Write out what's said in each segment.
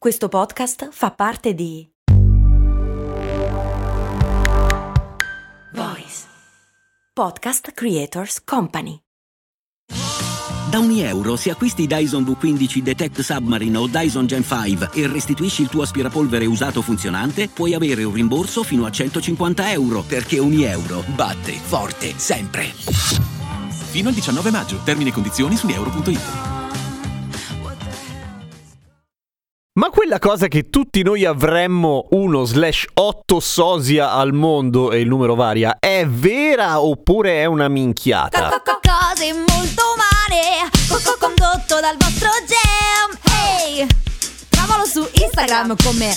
Questo podcast fa parte di Voice Podcast Creators Company. Da €1 se acquisti Dyson V15 Detect Submarine o Dyson Gen 5 e restituisci il tuo aspirapolvere usato funzionante, puoi avere un rimborso fino a €150, perché €1 batte forte sempre. Fino al 19 maggio. Termini e condizioni su euro.it. Ma quella cosa che tutti noi avremmo 1/8 sosia al mondo e il numero varia, è vera oppure è una minchiata? Cose molto umane, condotto dal vostro Gem. Hey! Trovalo su Instagram come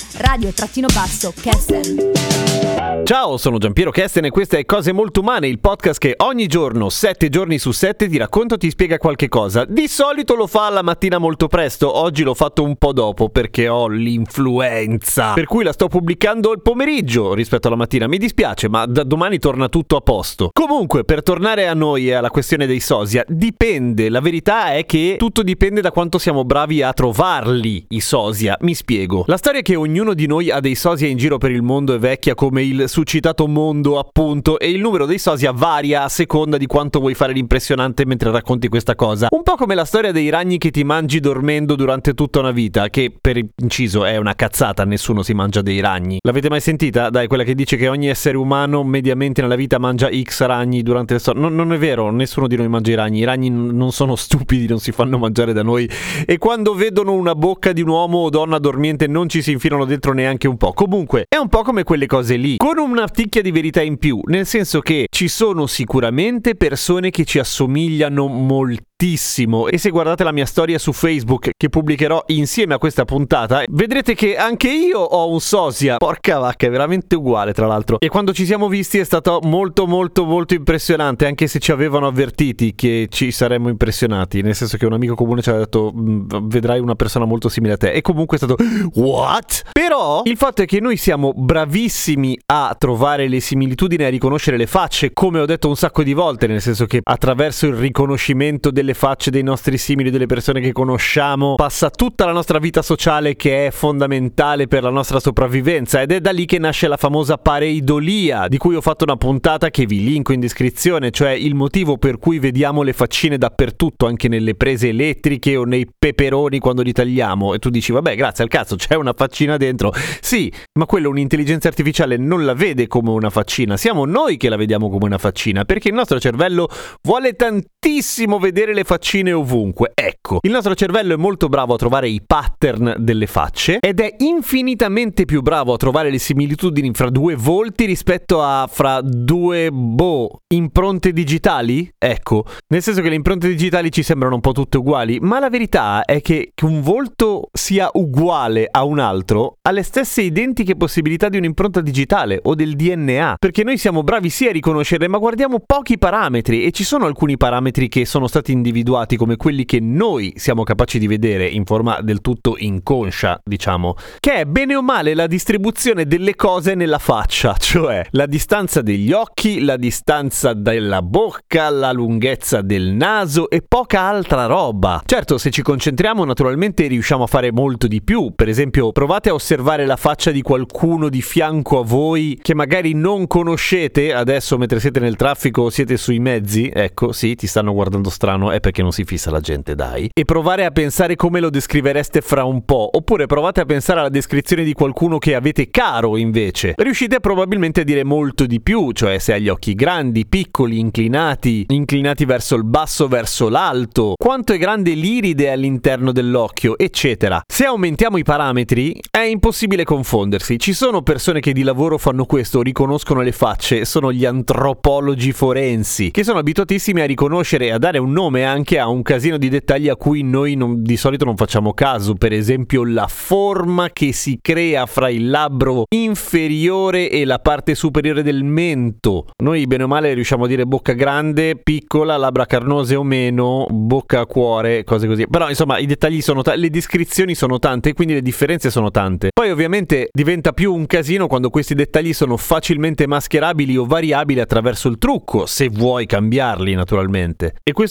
radio_Kesten. Ciao, sono Giampiero Kesten e questa è Cose Molto Umane, il podcast che ogni giorno, 7 giorni su 7, ti racconta o ti spiega qualche cosa. Di solito lo fa la mattina molto presto, oggi l'ho fatto un po' dopo perché ho l'influenza, per cui la sto pubblicando il pomeriggio rispetto alla mattina. Mi dispiace, ma da domani torna tutto a posto. Comunque, per tornare a noi e alla questione dei sosia, dipende. La verità è che tutto dipende da quanto siamo bravi a trovarli, i sosia. Mi spiego. La storia è che ognuno di noi ha dei sosia in giro per il mondo è vecchia come il succitato mondo, appunto, e il numero dei sosia varia a seconda di quanto vuoi fare l'impressionante mentre racconti questa cosa. Un po' come la storia dei ragni che ti mangi dormendo durante tutta una vita, che per inciso è una cazzata, nessuno si mangia dei ragni. L'avete mai sentita? Dai, quella che dice che ogni essere umano mediamente nella vita mangia X ragni durante le storie. Non è vero, nessuno di noi mangia i ragni. I ragni non sono stupidi, non si fanno mangiare da noi, e quando vedono una bocca di un uomo o donna dormiente non ci si infilano dentro neanche un po'. Comunque, è un po' come quelle cose lì, con una ticchia di verità in più, nel senso che ci sono sicuramente persone che ci assomigliano moltissimo, e se guardate la mia storia su Facebook che pubblicherò insieme a questa puntata, vedrete che anche io ho un sosia. Porca vacca, è veramente uguale tra l'altro, e quando ci siamo visti è stato molto impressionante, anche se ci avevano avvertiti che ci saremmo impressionati, nel senso che un amico comune ci aveva detto vedrai una persona molto simile a te, e comunque è stato what? Però il fatto è che noi siamo bravissimi a trovare le similitudini e a riconoscere le facce, come ho detto un sacco di volte, nel senso che attraverso il riconoscimento delle facce dei nostri simili, delle persone che conosciamo, passa tutta la nostra vita sociale, che è fondamentale per la nostra sopravvivenza, ed è da lì che nasce la famosa pareidolia, di cui ho fatto una puntata che vi linko in descrizione, cioè il motivo per cui vediamo le faccine dappertutto, anche nelle prese elettriche o nei peperoni quando li tagliamo, e tu dici vabbè, grazie al cazzo, c'è una faccina dentro. Sì, ma quello un'intelligenza artificiale non la vede come una faccina, siamo noi che la vediamo come una faccina, perché il nostro cervello vuole tantissimo vedere le faccine ovunque. Ecco, il nostro cervello è molto bravo a trovare i pattern delle facce, ed è infinitamente più bravo a trovare le similitudini fra due volti rispetto a fra due impronte digitali. Ecco, nel senso che le impronte digitali ci sembrano un po' tutte uguali, ma la verità è che un volto sia uguale a un altro ha le stesse identiche possibilità di un'impronta digitale o del DNA, perché noi siamo bravi sì a riconoscerle, ma guardiamo pochi parametri, e ci sono alcuni parametri che sono stati individuati come quelli che noi siamo capaci di vedere in forma del tutto inconscia, diciamo, che è bene o male la distribuzione delle cose nella faccia, cioè la distanza degli occhi, la distanza della bocca, la lunghezza del naso e poca altra roba. Certo, se ci concentriamo naturalmente riusciamo a fare molto di più. Per esempio, provate a osservare la faccia di qualcuno di fianco a voi che magari non conoscete adesso mentre siete nel traffico o siete sui mezzi. Ecco, sì, ti stanno guardando strano, è perché non si fissa la gente, dai. E provare a pensare come lo descrivereste fra un po', oppure provate a pensare alla descrizione di qualcuno che avete caro invece. Riuscite probabilmente a dire molto di più, cioè se ha gli occhi grandi, piccoli, inclinati verso il basso, verso l'alto, quanto è grande l'iride all'interno dell'occhio, eccetera. Se aumentiamo i parametri è impossibile confondersi. Ci sono persone che di lavoro fanno questo, riconoscono le facce, sono gli antropologi forensi, che sono abituatissimi a riconoscere e a dare un nome anche a un casino di dettagli a cui noi di solito non facciamo caso. Per esempio la forma che si crea fra il labbro inferiore e la parte superiore del mento. Noi bene o male riusciamo a dire bocca grande, piccola, labbra carnose o meno, bocca a cuore, cose così. Però insomma i dettagli sono le descrizioni sono tante, quindi le differenze sono tante. Poi ovviamente diventa più un casino quando questi dettagli sono facilmente mascherabili o variabili attraverso il trucco, se vuoi cambiarli naturalmente. E questo influisce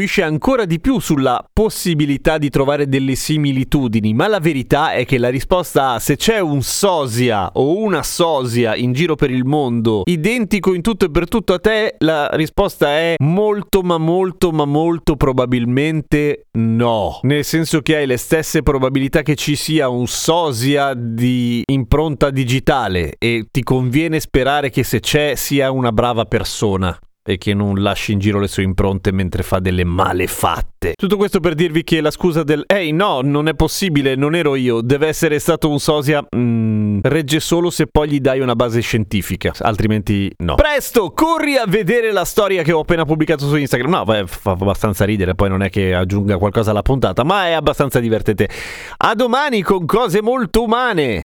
incuriosisce ancora di più sulla possibilità di trovare delle similitudini, ma la verità è che la risposta a se c'è un sosia o una sosia in giro per il mondo identico in tutto e per tutto a te, la risposta è molto ma molto ma molto probabilmente no, nel senso che hai le stesse probabilità che ci sia un sosia di impronta digitale e ti conviene sperare che se c'è sia una brava persona e che non lasci in giro le sue impronte mentre fa delle malefatte. Tutto questo per dirvi che la scusa del ehi no, non è possibile, non ero io, deve essere stato un sosia regge solo se poi gli dai una base scientifica, altrimenti no. Presto, corri a vedere la storia che ho appena pubblicato su Instagram. No, fa abbastanza ridere, poi non è che aggiunga qualcosa alla puntata, ma è abbastanza divertente. A domani con cose molto umane.